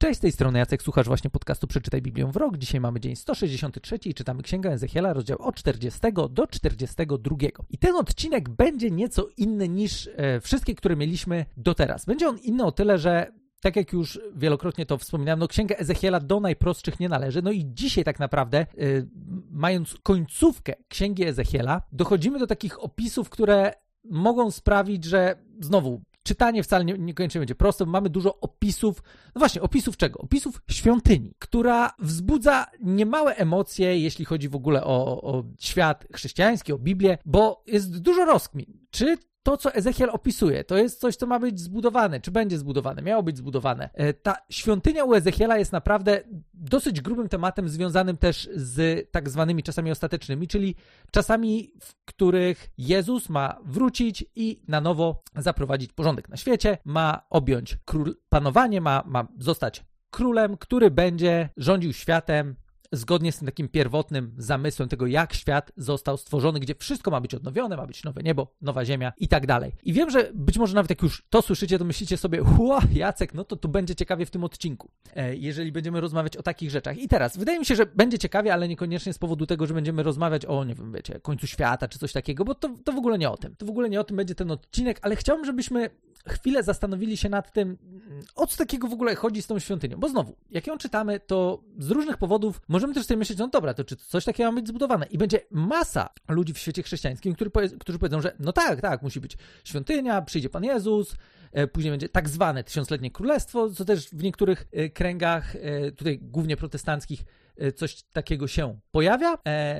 Cześć, z tej strony Jacek, słuchasz właśnie podcastu Przeczytaj Biblię w rok. Dzisiaj mamy dzień 163 i czytamy Księgę Ezechiela, rozdział od 40 do 42. I ten odcinek będzie nieco inny niż wszystkie, które mieliśmy do teraz. Będzie on inny o tyle, że tak jak już wielokrotnie to wspominałem, Księga Ezechiela do najprostszych nie należy. I dzisiaj tak naprawdę, mając końcówkę Księgi Ezechiela, dochodzimy do takich opisów, które mogą sprawić, że znowu czytanie wcale niekoniecznie będzie proste, bo mamy dużo opisów. No właśnie, opisów czego? Opisów świątyni, która wzbudza niemałe emocje, jeśli chodzi w ogóle o świat chrześcijański, o Biblię, bo jest dużo rozkmin. Czy to, co Ezechiel opisuje, to jest coś, co ma być zbudowane, czy będzie zbudowane, miało być zbudowane. Ta świątynia u Ezechiela jest naprawdę dosyć grubym tematem, związanym też z tak zwanymi czasami ostatecznymi, czyli czasami, w których Jezus ma wrócić i na nowo zaprowadzić porządek na świecie, ma objąć panowanie, ma zostać królem, który będzie rządził światem zgodnie z tym takim pierwotnym zamysłem tego, jak świat został stworzony, gdzie wszystko ma być odnowione, ma być nowe niebo, nowa ziemia i tak dalej. I wiem, że być może nawet jak już to słyszycie, to myślicie sobie, Jacek, to tu będzie ciekawie w tym odcinku, jeżeli będziemy rozmawiać o takich rzeczach. I teraz, wydaje mi się, że będzie ciekawie, ale niekoniecznie z powodu tego, że będziemy rozmawiać o, nie wiem, wiecie, końcu świata, czy coś takiego, bo to w ogóle nie o tym. To w ogóle nie o tym będzie ten odcinek, ale chciałbym, żebyśmy chwilę zastanowili się nad tym, o co takiego w ogóle chodzi z tą świątynią. Bo znowu, jak ją czytamy, to z różnych powodów możemy też sobie myśleć, dobra, to czy coś takiego ma być zbudowane? I będzie masa ludzi w świecie chrześcijańskim, którzy powiedzą, że tak, musi być świątynia, przyjdzie Pan Jezus, później będzie tak zwane tysiącletnie królestwo, co też w niektórych kręgach, tutaj głównie protestanckich, coś takiego się pojawia.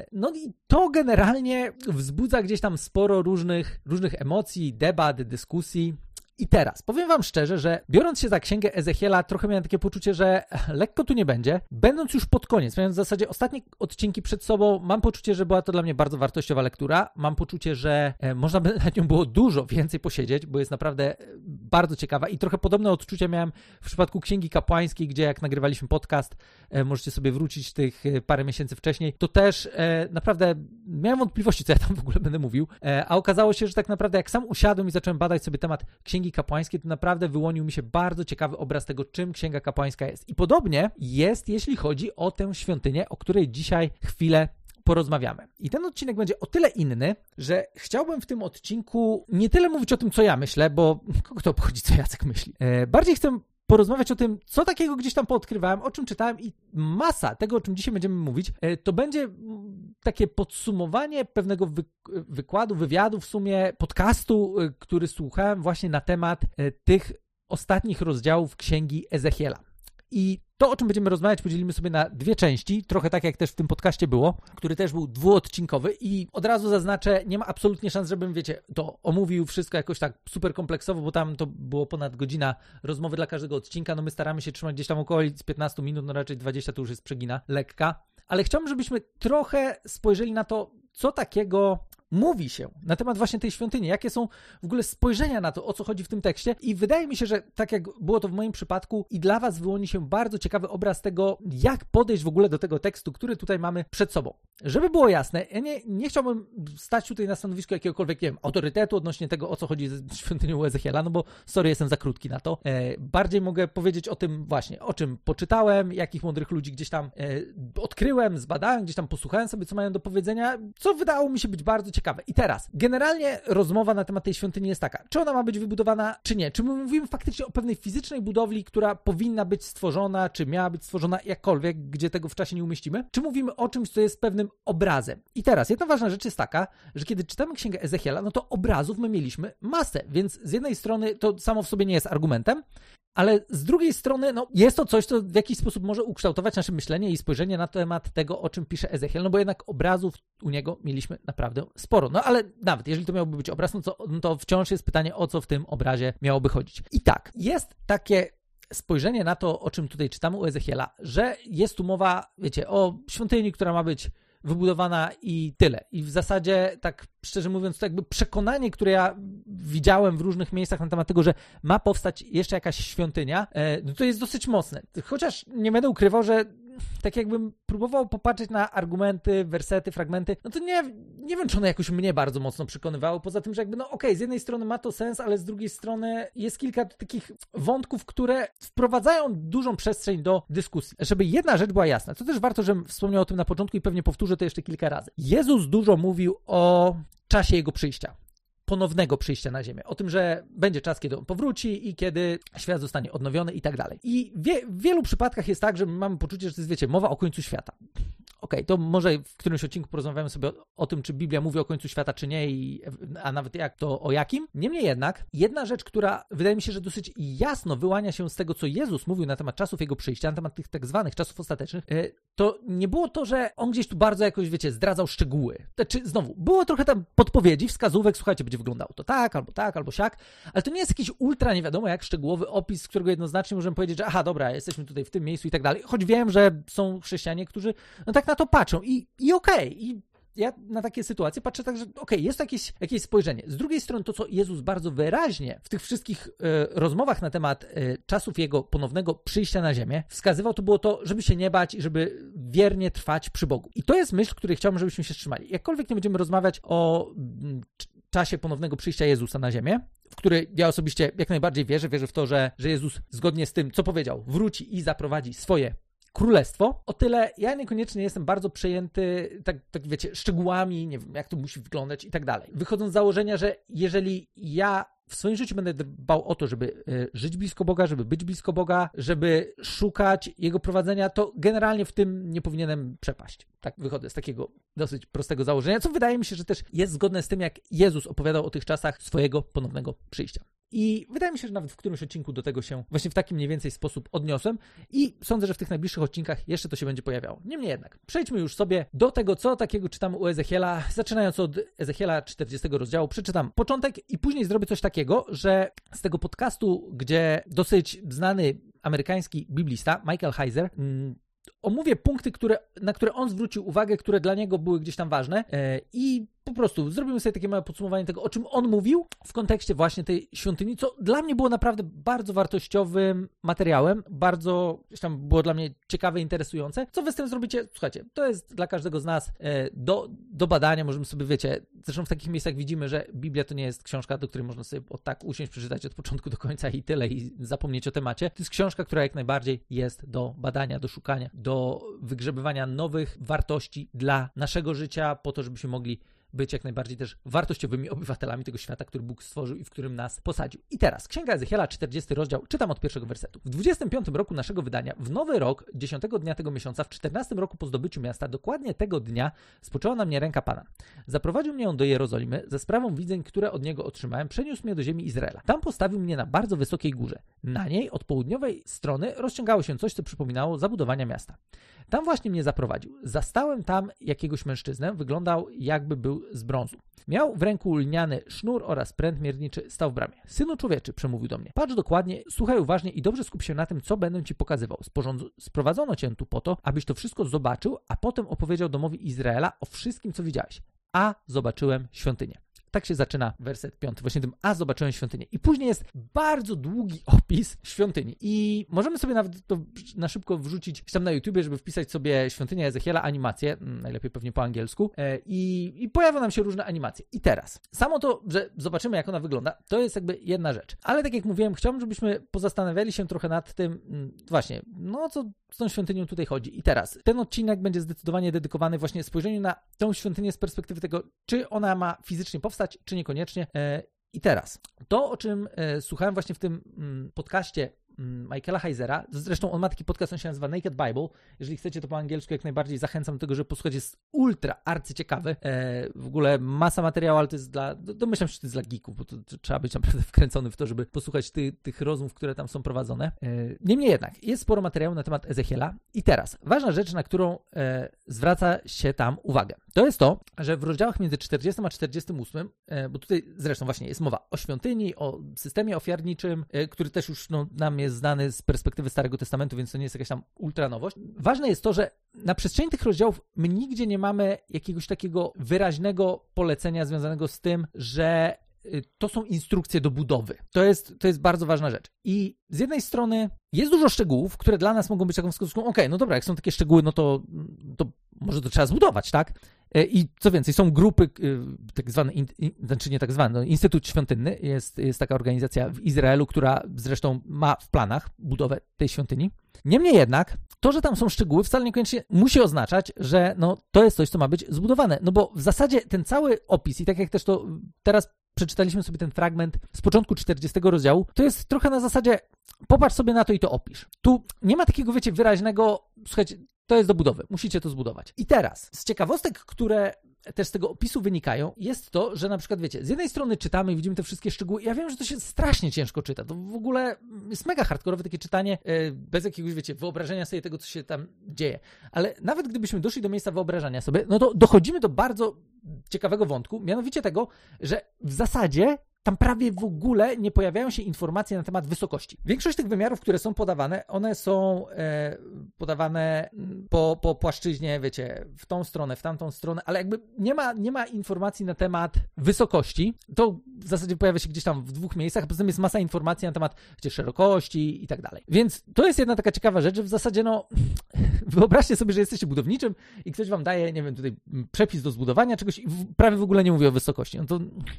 I to generalnie wzbudza gdzieś tam sporo różnych emocji, debat, dyskusji. I teraz, powiem wam szczerze, że biorąc się za Księgę Ezechiela, trochę miałem takie poczucie, że lekko tu nie będzie. Będąc już pod koniec, mając w zasadzie ostatnie odcinki przed sobą, mam poczucie, że była to dla mnie bardzo wartościowa lektura. Mam poczucie, że można by nad nią było dużo więcej posiedzieć, bo jest naprawdę bardzo ciekawa i trochę podobne odczucia miałem w przypadku Księgi Kapłańskiej, gdzie jak nagrywaliśmy podcast, możecie sobie wrócić tych parę miesięcy wcześniej, to też naprawdę miałem wątpliwości, co ja tam w ogóle będę mówił, a okazało się, że tak naprawdę jak sam usiadłem i zacząłem badać sobie temat Księgi Kapłańskiej, to naprawdę wyłonił mi się bardzo ciekawy obraz tego, czym Księga Kapłańska jest. I podobnie jest, jeśli chodzi o tę świątynię, o której dzisiaj chwilę porozmawiamy. I ten odcinek będzie o tyle inny, że chciałbym w tym odcinku nie tyle mówić o tym, co ja myślę, bo kogo to obchodzi, co Jacek myśli. Bardziej chcę porozmawiać o tym, co takiego gdzieś tam poodkrywałem, o czym czytałem i masa tego, o czym dzisiaj będziemy mówić, to będzie takie podsumowanie pewnego wykładu, wywiadu w sumie, podcastu, który słuchałem właśnie na temat tych ostatnich rozdziałów Księgi Ezechiela. I to, o czym będziemy rozmawiać, podzielimy sobie na dwie części, trochę tak jak też w tym podcaście było, który też był dwuodcinkowy i od razu zaznaczę, nie ma absolutnie szans, żebym, to omówił wszystko jakoś tak super kompleksowo, bo tam to było ponad godzina rozmowy dla każdego odcinka, my staramy się trzymać gdzieś tam około 15 minut, raczej 20 to już jest przegina lekka, ale chciałbym, żebyśmy trochę spojrzeli na to, co takiego mówi się na temat właśnie tej świątyni, jakie są w ogóle spojrzenia na to, o co chodzi w tym tekście i wydaje mi się, że tak jak było to w moim przypadku i dla was wyłoni się bardzo ciekawy obraz tego, jak podejść w ogóle do tego tekstu, który tutaj mamy przed sobą. Żeby było jasne, ja nie chciałbym stać tutaj na stanowisku jakiegokolwiek, autorytetu odnośnie tego, o co chodzi ze świątynią Ezechiela, bo sorry, jestem za krótki na to. Bardziej mogę powiedzieć o tym właśnie, o czym poczytałem, jakich mądrych ludzi gdzieś tam odkryłem, zbadałem, gdzieś tam posłuchałem sobie, co mają do powiedzenia, co wydało mi się być bardzo ciekawe. I teraz, generalnie rozmowa na temat tej świątyni jest taka, czy ona ma być wybudowana, czy nie? Czy my mówimy faktycznie o pewnej fizycznej budowli, która powinna być stworzona, czy miała być stworzona jakkolwiek, gdzie tego w czasie nie umieścimy? Czy mówimy o czymś, co jest pewnym obrazem? I teraz, jedna ważna rzecz jest taka, że kiedy czytamy Księgę Ezechiela, to obrazów my mieliśmy masę, więc z jednej strony to samo w sobie nie jest argumentem, ale z drugiej strony, jest to coś, co w jakiś sposób może ukształtować nasze myślenie i spojrzenie na temat tego, o czym pisze Ezechiel, bo jednak obrazów u niego mieliśmy naprawdę sporo. Ale nawet jeżeli to miałby być obraz, to wciąż jest pytanie, o co w tym obrazie miałoby chodzić. I tak, jest takie spojrzenie na to, o czym tutaj czytamy u Ezechiela, że jest tu mowa, o świątyni, która ma być wybudowana i tyle. I w zasadzie, tak szczerze mówiąc, to jakby przekonanie, które ja widziałem w różnych miejscach na temat tego, że ma powstać jeszcze jakaś świątynia, to jest dosyć mocne. Chociaż nie będę ukrywał, że tak jakbym próbował popatrzeć na argumenty, wersety, fragmenty, no to nie wiem, czy one jakoś mnie bardzo mocno przekonywały, poza tym, że jakby, no okej, z jednej strony ma to sens, ale z drugiej strony jest kilka takich wątków, które wprowadzają dużą przestrzeń do dyskusji. Żeby jedna rzecz była jasna, to też warto, żebym wspomniał o tym na początku i pewnie powtórzę to jeszcze kilka razy. Jezus dużo mówił o czasie Jego przyjścia. Ponownego przyjścia na ziemię. O tym, że będzie czas, kiedy on powróci i kiedy świat zostanie odnowiony i tak dalej. I w wielu przypadkach jest tak, że mamy poczucie, że to jest, wiecie, mowa o końcu świata. Okej, to może w którymś odcinku porozmawiamy sobie o tym, czy Biblia mówi o końcu świata, czy nie, a nawet jak to o jakim. Niemniej jednak, jedna rzecz, która wydaje mi się, że dosyć jasno wyłania się z tego, co Jezus mówił na temat czasów Jego przyjścia, na temat tych tak zwanych czasów ostatecznych, to nie było to, że on gdzieś tu bardzo jakoś, wiecie, zdradzał szczegóły. Znaczy, znowu, było trochę tam podpowiedzi, wskazówek, słuchajcie, będzie wyglądało to tak, albo siak, ale to nie jest jakiś ultra, nie wiadomo jak szczegółowy opis, z którego jednoznacznie możemy powiedzieć, że aha, dobra, jesteśmy tutaj w tym miejscu i tak dalej. Choć wiem, że są chrześcijanie, którzy no tak na to patrzą i okej. I ja na takie sytuacje patrzę tak, że okej, jest to jakieś spojrzenie. Z drugiej strony to, co Jezus bardzo wyraźnie w tych wszystkich rozmowach na temat czasów Jego ponownego przyjścia na ziemię wskazywał, to było to, żeby się nie bać i żeby wiernie trwać przy Bogu. I to jest myśl, której chciałbym, żebyśmy się trzymali. Jakkolwiek nie będziemy rozmawiać o czasie ponownego przyjścia Jezusa na ziemię, w który ja osobiście jak najbardziej wierzę w to, że Jezus zgodnie z tym, co powiedział, wróci i zaprowadzi swoje królestwo. O tyle ja niekoniecznie jestem bardzo przejęty, tak wiecie, szczegółami, nie wiem, jak to musi wyglądać i tak dalej. Wychodząc z założenia, że jeżeli ja w swoim życiu będę dbał o to, żeby żyć blisko Boga, żeby być blisko Boga, żeby szukać Jego prowadzenia, to generalnie w tym nie powinienem przepaść. Tak wychodzę z takiego dosyć prostego założenia, co wydaje mi się, że też jest zgodne z tym, jak Jezus opowiadał o tych czasach swojego ponownego przyjścia. I wydaje mi się, że nawet w którymś odcinku do tego się właśnie w takim mniej więcej sposób odniosłem i sądzę, że w tych najbliższych odcinkach jeszcze to się będzie pojawiało. Niemniej jednak, przejdźmy już sobie do tego, co takiego czytamy u Ezechiela. Zaczynając od Ezechiela 40 rozdziału, przeczytam początek i później zrobię coś takiego, że z tego podcastu, gdzie dosyć znany amerykański biblista Michael Heiser omówię punkty, na które on zwrócił uwagę, które dla niego były gdzieś tam ważne i po prostu zrobimy sobie takie małe podsumowanie tego, o czym on mówił w kontekście właśnie tej świątyni, co dla mnie było naprawdę bardzo wartościowym materiałem, bardzo gdzieś tam było dla mnie ciekawe, interesujące. Co wy z tym zrobicie? Słuchajcie, to jest dla każdego z nas do badania, możemy sobie, wiecie, zresztą w takich miejscach widzimy, że Biblia to nie jest książka, do której można sobie tak usiąść, przeczytać od początku do końca i tyle i zapomnieć o temacie. To jest książka, która jak najbardziej jest do badania, do szukania, do wygrzebywania nowych wartości dla naszego życia, po to, żebyśmy mogli być jak najbardziej też wartościowymi obywatelami tego świata, który Bóg stworzył i w którym nas posadził. I teraz, Księga Ezechiela, 40 rozdział, czytam od pierwszego wersetu. W 25 roku naszego wydania, w nowy rok, 10 dnia tego miesiąca, w 14 roku po zdobyciu miasta, dokładnie tego dnia spoczęła na mnie ręka Pana. Zaprowadził mnie on do Jerozolimy, ze sprawą widzeń, które od niego otrzymałem, przeniósł mnie do ziemi Izraela. Tam postawił mnie na bardzo wysokiej górze. Na niej, od południowej strony, rozciągało się coś, co przypominało zabudowania miasta. Tam właśnie mnie zaprowadził. Zastałem tam jakiegoś mężczyznę, wyglądał jakby był z brązu. Miał w ręku lniany sznur oraz pręt mierniczy, stał w bramie. Synu człowieczy, przemówił do mnie. Patrz dokładnie, słuchaj uważnie i dobrze skup się na tym, co będę ci pokazywał. Sprowadzono cię tu po to, abyś to wszystko zobaczył, a potem opowiedział domowi Izraela o wszystkim, co widziałeś. A zobaczyłem świątynię. Tak się zaczyna werset 5. Właśnie tym, a zobaczyłem świątynię. I później jest bardzo długi opis świątyni. I możemy sobie nawet to na szybko wrzucić tam na YouTubie, żeby wpisać sobie świątynia Ezechiela, animację, najlepiej pewnie po angielsku, i pojawią nam się różne animacje. I teraz, samo to, że zobaczymy, jak ona wygląda, to jest jakby jedna rzecz. Ale tak jak mówiłem, chciałbym, żebyśmy pozastanawiali się trochę nad tym, właśnie, no co z tą świątynią tutaj chodzi. I teraz, ten odcinek będzie zdecydowanie dedykowany właśnie spojrzeniu na tą świątynię z perspektywy tego, czy ona ma fizycznie powstać, czy niekoniecznie. I teraz, to o czym słuchałem właśnie w tym podcaście Michaela Heisera, zresztą on ma taki podcast, on się nazywa Naked Bible, jeżeli chcecie to po angielsku, jak najbardziej zachęcam do tego, żeby posłuchać, jest ultra arcyciekawy, w ogóle masa materiału, ale to jest domyślam się, że to jest dla geeków, bo to trzeba być naprawdę wkręcony w to, żeby posłuchać tych rozmów, które tam są prowadzone. Niemniej jednak, jest sporo materiału na temat Ezechiela i teraz, ważna rzecz, na którą zwraca się tam uwagę, to jest to, że w rozdziałach między 40 a 48, bo tutaj zresztą właśnie jest mowa o świątyni, o systemie ofiarniczym, który też już nam jest znany z perspektywy Starego Testamentu, więc to nie jest jakaś tam ultra nowość. Ważne jest to, że na przestrzeni tych rozdziałów my nigdzie nie mamy jakiegoś takiego wyraźnego polecenia związanego z tym, że to są instrukcje do budowy. To jest bardzo ważna rzecz. I z jednej strony jest dużo szczegółów, które dla nas mogą być taką wskazówką, okej, no dobra, jak są takie szczegóły, no to może to trzeba zbudować, tak? I co więcej, są grupy, tak zwane, znaczy nie tak zwane, no, Instytut Świątynny, jest taka organizacja w Izraelu, która zresztą ma w planach budowę tej świątyni. Niemniej jednak, to, że tam są szczegóły, wcale niekoniecznie musi oznaczać, że no, to jest coś, co ma być zbudowane. No bo w zasadzie ten cały opis, i tak jak też to teraz przeczytaliśmy sobie ten fragment z początku 40 rozdziału, to jest trochę na zasadzie, popatrz sobie na to i to opisz. Tu nie ma takiego, wiecie, wyraźnego, słuchajcie, to jest do budowy, musicie to zbudować. I teraz, z ciekawostek, które też z tego opisu wynikają, jest to, że na przykład, wiecie, z jednej strony czytamy i widzimy te wszystkie szczegóły. Ja wiem, że to się strasznie ciężko czyta. To w ogóle jest mega hardkorowe takie czytanie, bez jakiegoś, wiecie, wyobrażenia sobie tego, co się tam dzieje. Ale nawet gdybyśmy doszli do miejsca wyobrażania sobie, no to dochodzimy do bardzo ciekawego wątku, mianowicie tego, że w zasadzie tam prawie w ogóle nie pojawiają się informacje na temat wysokości. Większość tych wymiarów, które są podawane, one są podawane po płaszczyźnie, wiecie, w tą stronę, w tamtą stronę, ale jakby nie ma informacji na temat wysokości. To w zasadzie pojawia się gdzieś tam w 2 miejscach, a poza tym jest masa informacji na temat, wiecie, szerokości i tak dalej. Więc to jest jedna taka ciekawa rzecz, że w zasadzie, no, wyobraźcie sobie, że jesteście budowniczym i ktoś wam daje, nie wiem, tutaj przepis do zbudowania czegoś i prawie w ogóle nie mówi o wysokości. No to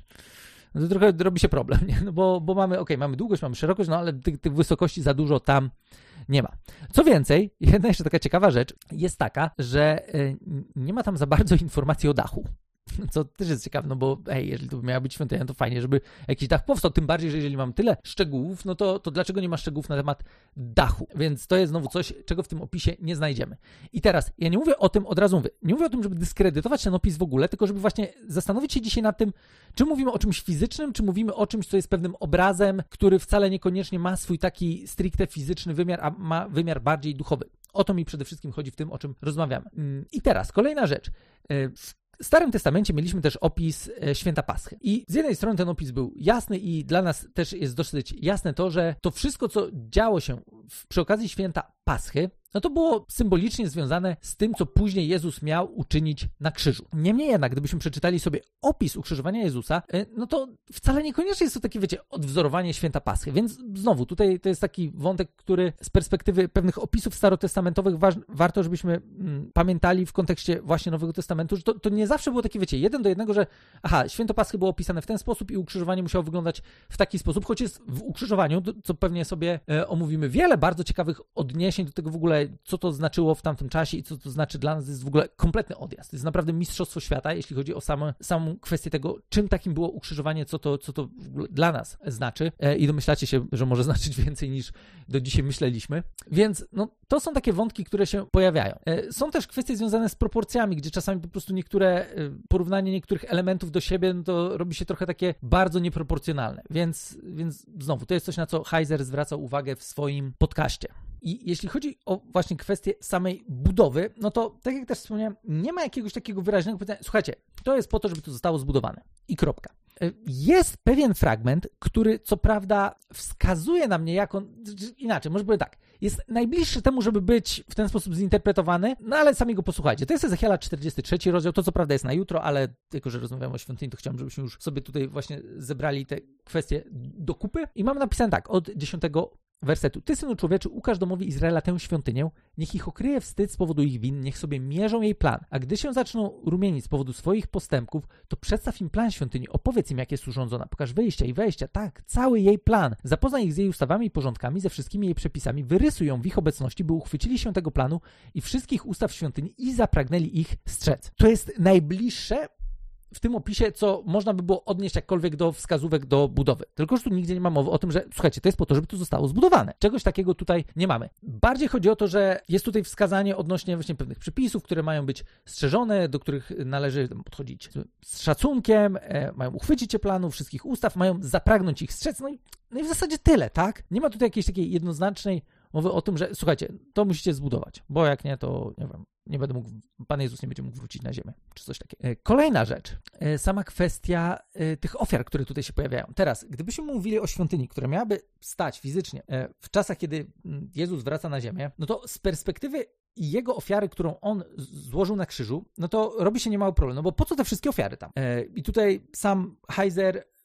trochę robi się problem, nie? No bo mamy długość, mamy szerokość, no ale tych wysokości za dużo tam nie ma. Co więcej, jedna jeszcze taka ciekawa rzecz jest taka, że nie ma tam za bardzo informacji o dachu. Co też jest ciekawe, no bo jeżeli to miała być świątynia, to fajnie, żeby jakiś dach powstał, tym bardziej, że jeżeli mam tyle szczegółów, no to dlaczego nie ma szczegółów na temat dachu? Więc to jest znowu coś, czego w tym opisie nie znajdziemy. I teraz, ja nie mówię o tym, od razu mówię, nie mówię o tym, żeby dyskredytować ten opis w ogóle, tylko żeby właśnie zastanowić się dzisiaj nad tym, czy mówimy o czymś fizycznym, czy mówimy o czymś, co jest pewnym obrazem, który wcale niekoniecznie ma swój taki stricte fizyczny wymiar, a ma wymiar bardziej duchowy. O to mi przede wszystkim chodzi w tym, o czym rozmawiamy. I teraz, kolejna rzecz. W Starym Testamencie mieliśmy też opis święta Paschy. I z jednej strony ten opis był jasny i dla nas też jest dosyć jasne to, że to wszystko, co działo się przy okazji święta Paschy, no to było symbolicznie związane z tym, co później Jezus miał uczynić na krzyżu. Niemniej jednak, gdybyśmy przeczytali sobie opis ukrzyżowania Jezusa, no to wcale niekoniecznie jest to takie, wiecie, odwzorowanie święta Paschy. Więc znowu, tutaj to jest taki wątek, który z perspektywy pewnych opisów starotestamentowych warto, żebyśmy pamiętali w kontekście właśnie Nowego Testamentu, że to nie zawsze było takie, wiecie, 1:1, że święto Paschy było opisane w ten sposób i ukrzyżowanie musiało wyglądać w taki sposób, choć jest w ukrzyżowaniu, co pewnie sobie omówimy, wiele bardzo ciekawych odniesień do tego w ogóle, co to znaczyło w tamtym czasie i co to znaczy dla nas, jest w ogóle kompletny odjazd. To jest naprawdę mistrzostwo świata, jeśli chodzi o samą kwestię tego, czym takim było ukrzyżowanie, co to w ogóle dla nas znaczy. I domyślacie się, że może znaczyć więcej niż do dzisiaj myśleliśmy. Więc no, to są takie wątki, które się pojawiają. Są też kwestie związane z proporcjami, gdzie czasami po prostu porównanie niektórych elementów do siebie, no to robi się trochę takie bardzo nieproporcjonalne. Więc znowu, to jest coś, na co Heiser zwracał uwagę w swoim podcaście. I jeśli chodzi o właśnie kwestię samej budowy, no to tak jak też wspomniałem, nie ma jakiegoś takiego wyraźnego pytania, słuchajcie, to jest po to, żeby to zostało zbudowane. I kropka. Jest pewien fragment, który co prawda wskazuje nam niejako, inaczej, może powiem tak, jest najbliższy temu, żeby być w ten sposób zinterpretowany, no ale sami go posłuchajcie. To jest Ezechiela 43 rozdział, to co prawda jest na jutro, ale tylko, że rozmawiamy o świątyni, to chciałem, żebyśmy już sobie tutaj właśnie zebrali te kwestie do kupy. I mamy napisane tak, od 10 wersetu. Ty, synu człowieczy, ukaż domowi Izraela tę świątynię, niech ich okryje wstyd z powodu ich win, niech sobie mierzą jej plan. A gdy się zaczną rumienić z powodu swoich postępków, to przedstaw im plan świątyni, opowiedz im, jak jest urządzona, pokaż wyjścia i wejścia, tak, cały jej plan. Zapoznaj ich z jej ustawami i porządkami, ze wszystkimi jej przepisami, wyrysuj ją w ich obecności, by uchwycili się tego planu i wszystkich ustaw świątyni i zapragnęli ich strzec. To jest najbliższe w tym opisie, co można by było odnieść jakkolwiek do wskazówek do budowy. Tylko, że tu nigdzie nie ma mowy o tym, że słuchajcie, to jest po to, żeby to zostało zbudowane. Czegoś takiego tutaj nie mamy. Bardziej chodzi o to, że jest tutaj wskazanie odnośnie właśnie pewnych przepisów, które mają być strzeżone, do których należy podchodzić z szacunkiem, mają uchwycić się planu, wszystkich ustaw, mają zapragnąć ich strzec, no i w zasadzie tyle, tak? Nie ma tutaj jakiejś takiej jednoznacznej mowy o tym, że słuchajcie, to musicie zbudować, bo jak nie, to nie wiem, nie będę mógł, Pan Jezus nie będzie mógł wrócić na ziemię, czy coś takiego. Kolejna rzecz, sama kwestia tych ofiar, które tutaj się pojawiają. Teraz, gdybyśmy mówili o świątyni, która miałaby stać fizycznie w czasach, kiedy Jezus wraca na ziemię, no to z perspektywy jego ofiary, którą on złożył na krzyżu, no to robi się niemały problem, no bo po co te wszystkie ofiary tam? I tutaj sam Heiser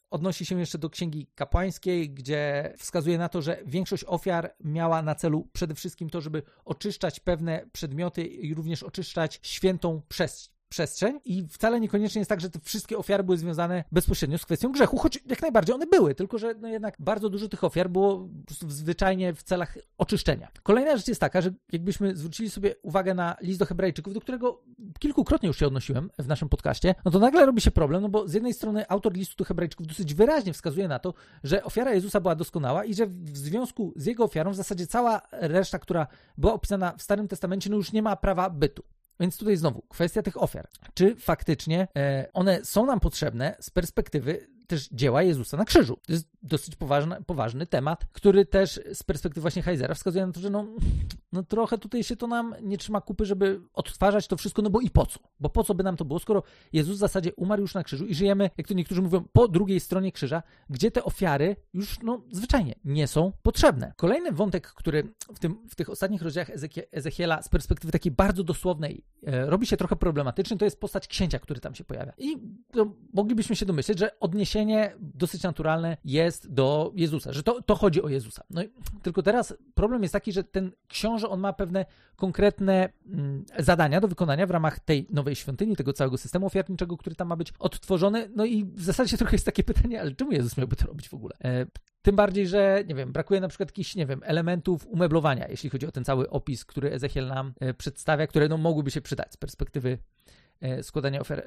odnosi się jeszcze do Księgi Kapłańskiej, gdzie wskazuje na to, że większość ofiar miała na celu przede wszystkim to, żeby oczyszczać pewne przedmioty i również oczyszczać świętą przestrzeń i wcale niekoniecznie jest tak, że te wszystkie ofiary były związane bezpośrednio z kwestią grzechu, choć jak najbardziej one były, tylko że jednak bardzo dużo tych ofiar było po prostu zwyczajnie w celach oczyszczenia. Kolejna rzecz jest taka, że jakbyśmy zwrócili sobie uwagę na list do Hebrajczyków, do którego kilkukrotnie już się odnosiłem w naszym podcaście, no to nagle robi się problem, no bo z jednej strony autor listu do Hebrajczyków dosyć wyraźnie wskazuje na to, że ofiara Jezusa była doskonała i że w związku z jego ofiarą w zasadzie cała reszta, która była opisana w Starym Testamencie, no już nie ma prawa bytu. Więc tutaj znowu kwestia tych ofiar. Czy faktycznie one są nam potrzebne z perspektywy też dzieła Jezusa na krzyżu? To jest dosyć poważny temat, który też z perspektywy właśnie Heisera wskazuje na to, że no trochę tutaj się to nam nie trzyma kupy, żeby odtwarzać to wszystko, no bo i po co? Bo po co by nam to było, skoro Jezus w zasadzie umarł już na krzyżu i żyjemy, jak to niektórzy mówią, po drugiej stronie krzyża, gdzie te ofiary już zwyczajnie nie są potrzebne. Kolejny wątek, który w tych ostatnich rozdziałach Ezechiela z perspektywy takiej bardzo dosłownej robi się trochę problematyczny, to jest postać księcia, który tam się pojawia. I moglibyśmy się domyśleć, że odniesienie dosyć naturalne jest do Jezusa, że to chodzi o Jezusa. No i tylko teraz problem jest taki, że ten książę, on ma pewne konkretne zadania do wykonania w ramach tej nowej świątyni, tego całego systemu ofiarniczego, który tam ma być odtworzony. No i w zasadzie trochę jest takie pytanie, ale czemu Jezus miałby to robić w ogóle? Tym bardziej, że, nie wiem, brakuje na przykład jakichś, nie wiem, elementów umeblowania, jeśli chodzi o ten cały opis, który Ezechiel nam przedstawia, które mogłyby się przydać z perspektywy składania ofiar.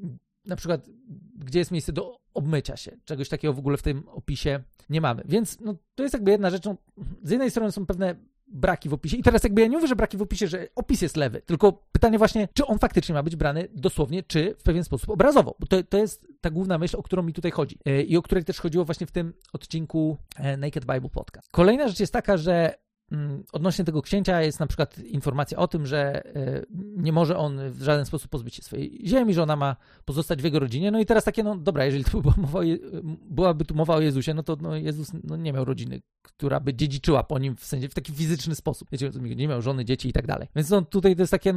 Na przykład, gdzie jest miejsce do obmycia się. Czegoś takiego w ogóle w tym opisie nie mamy. Więc to jest jakby jedna rzecz. Z jednej strony są pewne braki w opisie. I teraz jakby ja nie mówię, że braki w opisie, że opis jest lewy, tylko pytanie właśnie, czy on faktycznie ma być brany dosłownie, czy w pewien sposób obrazowo. Bo to jest ta główna myśl, o którą mi tutaj chodzi. I o której też chodziło właśnie w tym odcinku Naked Bible Podcast. Kolejna rzecz jest taka, że odnośnie tego księcia jest na przykład informacja o tym, że nie może on w żaden sposób pozbyć się swojej ziemi, że ona ma pozostać w jego rodzinie. No i teraz takie, dobra, jeżeli to byłaby tu mowa o Jezusie, no to Jezus nie miał rodziny, która by dziedziczyła po nim w taki fizyczny sposób. Wiecie, nie miał żony, dzieci i tak dalej. Więc tutaj to jest takie,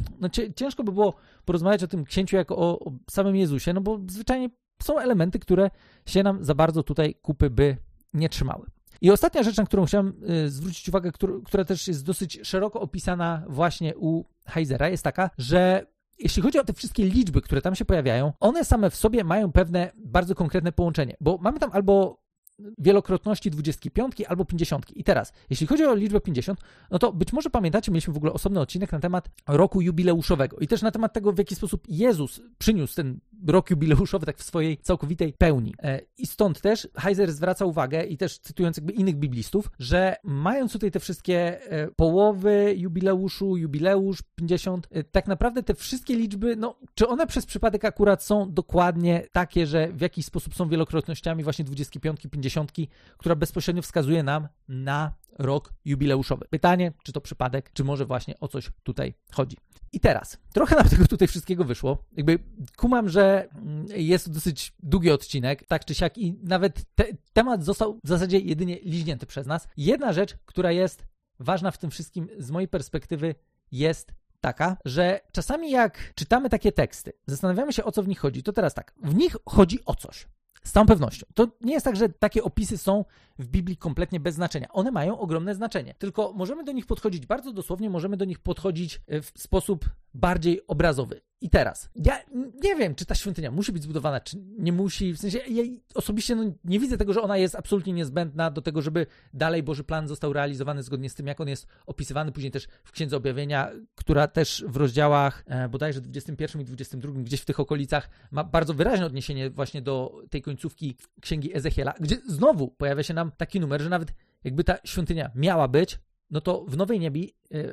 ciężko by było porozmawiać o tym księciu jako o samym Jezusie, no bo zwyczajnie są elementy, które się nam za bardzo tutaj kupy by nie trzymały. I ostatnia rzecz, na którą chciałem zwrócić uwagę, która też jest dosyć szeroko opisana właśnie u Heisera, jest taka, że jeśli chodzi o te wszystkie liczby, które tam się pojawiają, one same w sobie mają pewne bardzo konkretne połączenie, bo mamy tam albo wielokrotności 25 albo 50. I teraz, jeśli chodzi o liczbę 50, no to być może pamiętacie, mieliśmy w ogóle osobny odcinek na temat roku jubileuszowego i też na temat tego, w jaki sposób Jezus przyniósł ten rok jubileuszowy tak w swojej całkowitej pełni. I stąd też Heiser zwraca uwagę i też cytując jakby innych biblistów, że mając tutaj te wszystkie połowy jubileuszu, jubileusz, 50, tak naprawdę te wszystkie liczby, czy one przez przypadek akurat są dokładnie takie, że w jakiś sposób są wielokrotnościami właśnie 25, 50, która bezpośrednio wskazuje nam na rok jubileuszowy. Pytanie, czy to przypadek, czy może właśnie o coś tutaj chodzi. I teraz, trochę nam tego tutaj wszystkiego wyszło. Jakby kumam, że jest to dosyć długi odcinek, tak czy siak i nawet temat został w zasadzie jedynie liźnięty przez nas. Jedna rzecz, która jest ważna w tym wszystkim z mojej perspektywy jest taka, że czasami jak czytamy takie teksty, zastanawiamy się, o co w nich chodzi, to teraz tak, w nich chodzi o coś. Z całą pewnością. To nie jest tak, że takie opisy są w Biblii kompletnie bez znaczenia. One mają ogromne znaczenie. Tylko możemy do nich podchodzić bardzo dosłownie, możemy do nich podchodzić w sposób bardziej obrazowy. I teraz, ja nie wiem, czy ta świątynia musi być zbudowana, czy nie musi. W sensie, ja osobiście nie widzę tego, że ona jest absolutnie niezbędna do tego, żeby dalej Boży plan został realizowany zgodnie z tym, jak on jest opisywany później też w Księdze Objawienia, która też w rozdziałach bodajże 21 i 22, gdzieś w tych okolicach ma bardzo wyraźne odniesienie właśnie do tej końcówki Księgi Ezechiela, gdzie znowu pojawia się nam taki numer, że nawet jakby ta świątynia miała być, no to w Nowej Niebie,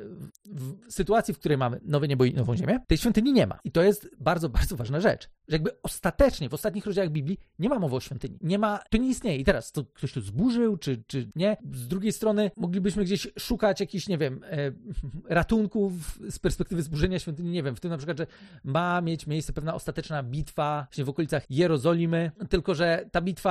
w sytuacji, w której mamy nowe niebo i nową ziemię, tej świątyni nie ma. I to jest bardzo, bardzo ważna rzecz. Że jakby ostatecznie, w ostatnich rozdziałach Biblii nie ma mowy o świątyni. Nie ma, to nie istnieje. I teraz to ktoś to zburzył, czy nie? Z drugiej strony moglibyśmy gdzieś szukać jakichś, nie wiem, ratunków z perspektywy zburzenia świątyni, nie wiem, w tym na przykład, że ma mieć miejsce pewna ostateczna bitwa właśnie w okolicach Jerozolimy, tylko że ta bitwa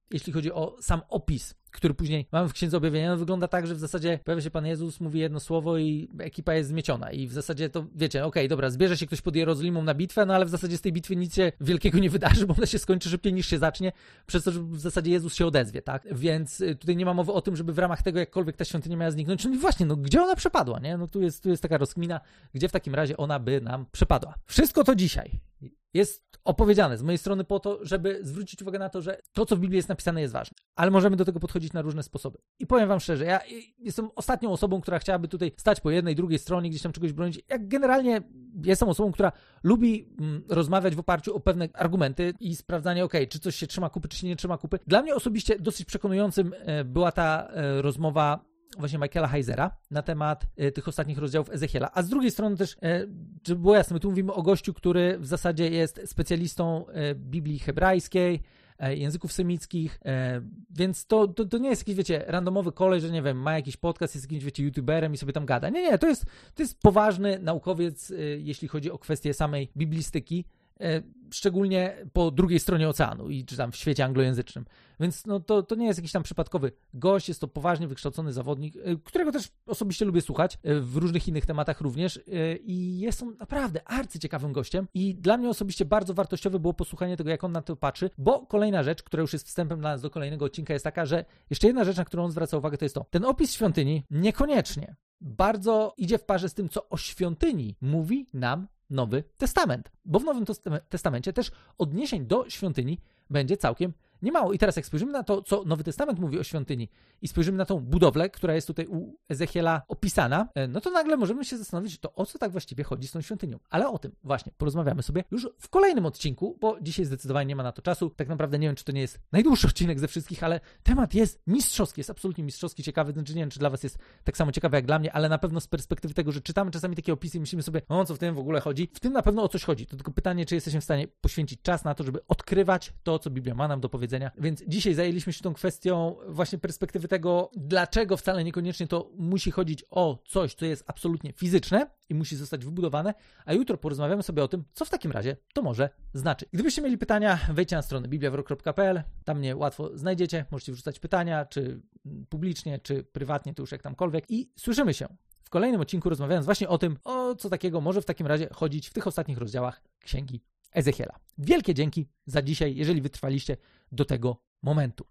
jeśli chodzi o sam opis, który później mamy w Księdze Objawienia, no wygląda tak, że w zasadzie pojawia się Pan Jezus, mówi jedno słowo i ekipa jest zmieciona. I w zasadzie to, wiecie, okej, dobra, zbierze się ktoś pod Jerozolimą na bitwę, no ale w zasadzie z tej bitwy nic się wielkiego nie wydarzy, bo ona się skończy szybciej niż się zacznie, przez to, że w zasadzie Jezus się odezwie, tak? Więc tutaj nie ma mowy o tym, żeby w ramach tego jakkolwiek ta świątynia miała zniknąć. No i właśnie, no gdzie ona przepadła, nie? No tu jest taka rozkmina, gdzie w takim razie ona by nam przepadła. Wszystko to dzisiaj jest opowiedziane z mojej strony po to, żeby zwrócić uwagę na to, że to, co w Biblii jest napisane, jest ważne. Ale możemy do tego podchodzić na różne sposoby. I powiem wam szczerze, ja jestem ostatnią osobą, która chciałaby tutaj stać po jednej, drugiej stronie, gdzieś tam czegoś bronić. Ja generalnie jestem osobą, która lubi rozmawiać w oparciu o pewne argumenty i sprawdzanie, czy coś się trzyma kupy, czy się nie trzyma kupy. Dla mnie osobiście dosyć przekonującym była ta rozmowa właśnie Michaela Heisera na temat tych ostatnich rozdziałów Ezechiela. A z drugiej strony też, żeby było jasne, my tu mówimy o gościu, który w zasadzie jest specjalistą Biblii hebrajskiej, języków semickich, więc to nie jest jakiś, wiecie, randomowy koleś, że nie wiem, ma jakiś podcast, jest jakimś, wiecie, youtuberem i sobie tam gada. Nie, to jest poważny naukowiec, jeśli chodzi o kwestię samej biblistyki, szczególnie po drugiej stronie oceanu i czy tam w świecie anglojęzycznym. Więc no to nie jest jakiś tam przypadkowy gość, jest to poważnie wykształcony zawodnik, którego też osobiście lubię słuchać, w różnych innych tematach również i jest on naprawdę arcyciekawym gościem i dla mnie osobiście bardzo wartościowe było posłuchanie tego, jak on na to patrzy, bo kolejna rzecz, która już jest wstępem dla nas do kolejnego odcinka, jest taka, że jeszcze jedna rzecz, na którą on zwraca uwagę, to jest to. Ten opis świątyni niekoniecznie bardzo idzie w parze z tym, co o świątyni mówi nam Nowy Testament, bo w Nowym Testamencie też odniesień do świątyni będzie całkiem niemało. I teraz jak spojrzymy na to, co Nowy Testament mówi o świątyni i spojrzymy na tą budowlę, która jest tutaj u Ezechiela opisana, no to nagle możemy się zastanowić, to o co tak właściwie chodzi z tą świątynią. Ale o tym właśnie porozmawiamy sobie już w kolejnym odcinku, bo dzisiaj zdecydowanie nie ma na to czasu. Tak naprawdę nie wiem, czy to nie jest najdłuższy odcinek ze wszystkich, ale temat jest mistrzowski, jest absolutnie mistrzowski, ciekawy. Znaczy nie wiem, czy dla was jest tak samo ciekawy jak dla mnie, ale na pewno z perspektywy tego, że czytamy czasami takie opisy i myślimy sobie, o co w tym w ogóle chodzi. W tym na pewno o coś chodzi. To tylko pytanie, czy jesteśmy w stanie poświęcić czas na to, żeby odkrywać to, co Biblia ma nam do powiedzenia. Więc dzisiaj zajęliśmy się tą kwestią właśnie perspektywy tego, dlaczego wcale niekoniecznie to musi chodzić o coś, co jest absolutnie fizyczne i musi zostać wybudowane, a jutro porozmawiamy sobie o tym, co w takim razie to może znaczyć. Gdybyście mieli pytania, wejdźcie na stronę bibliawrok.pl, tam mnie łatwo znajdziecie, możecie wrzucać pytania, czy publicznie, czy prywatnie, to już jak tamkolwiek i słyszymy się w kolejnym odcinku, rozmawiając właśnie o tym, o co takiego może w takim razie chodzić w tych ostatnich rozdziałach Księgi Ezechiela. Wielkie dzięki za dzisiaj, jeżeli wytrwaliście do tego momentu.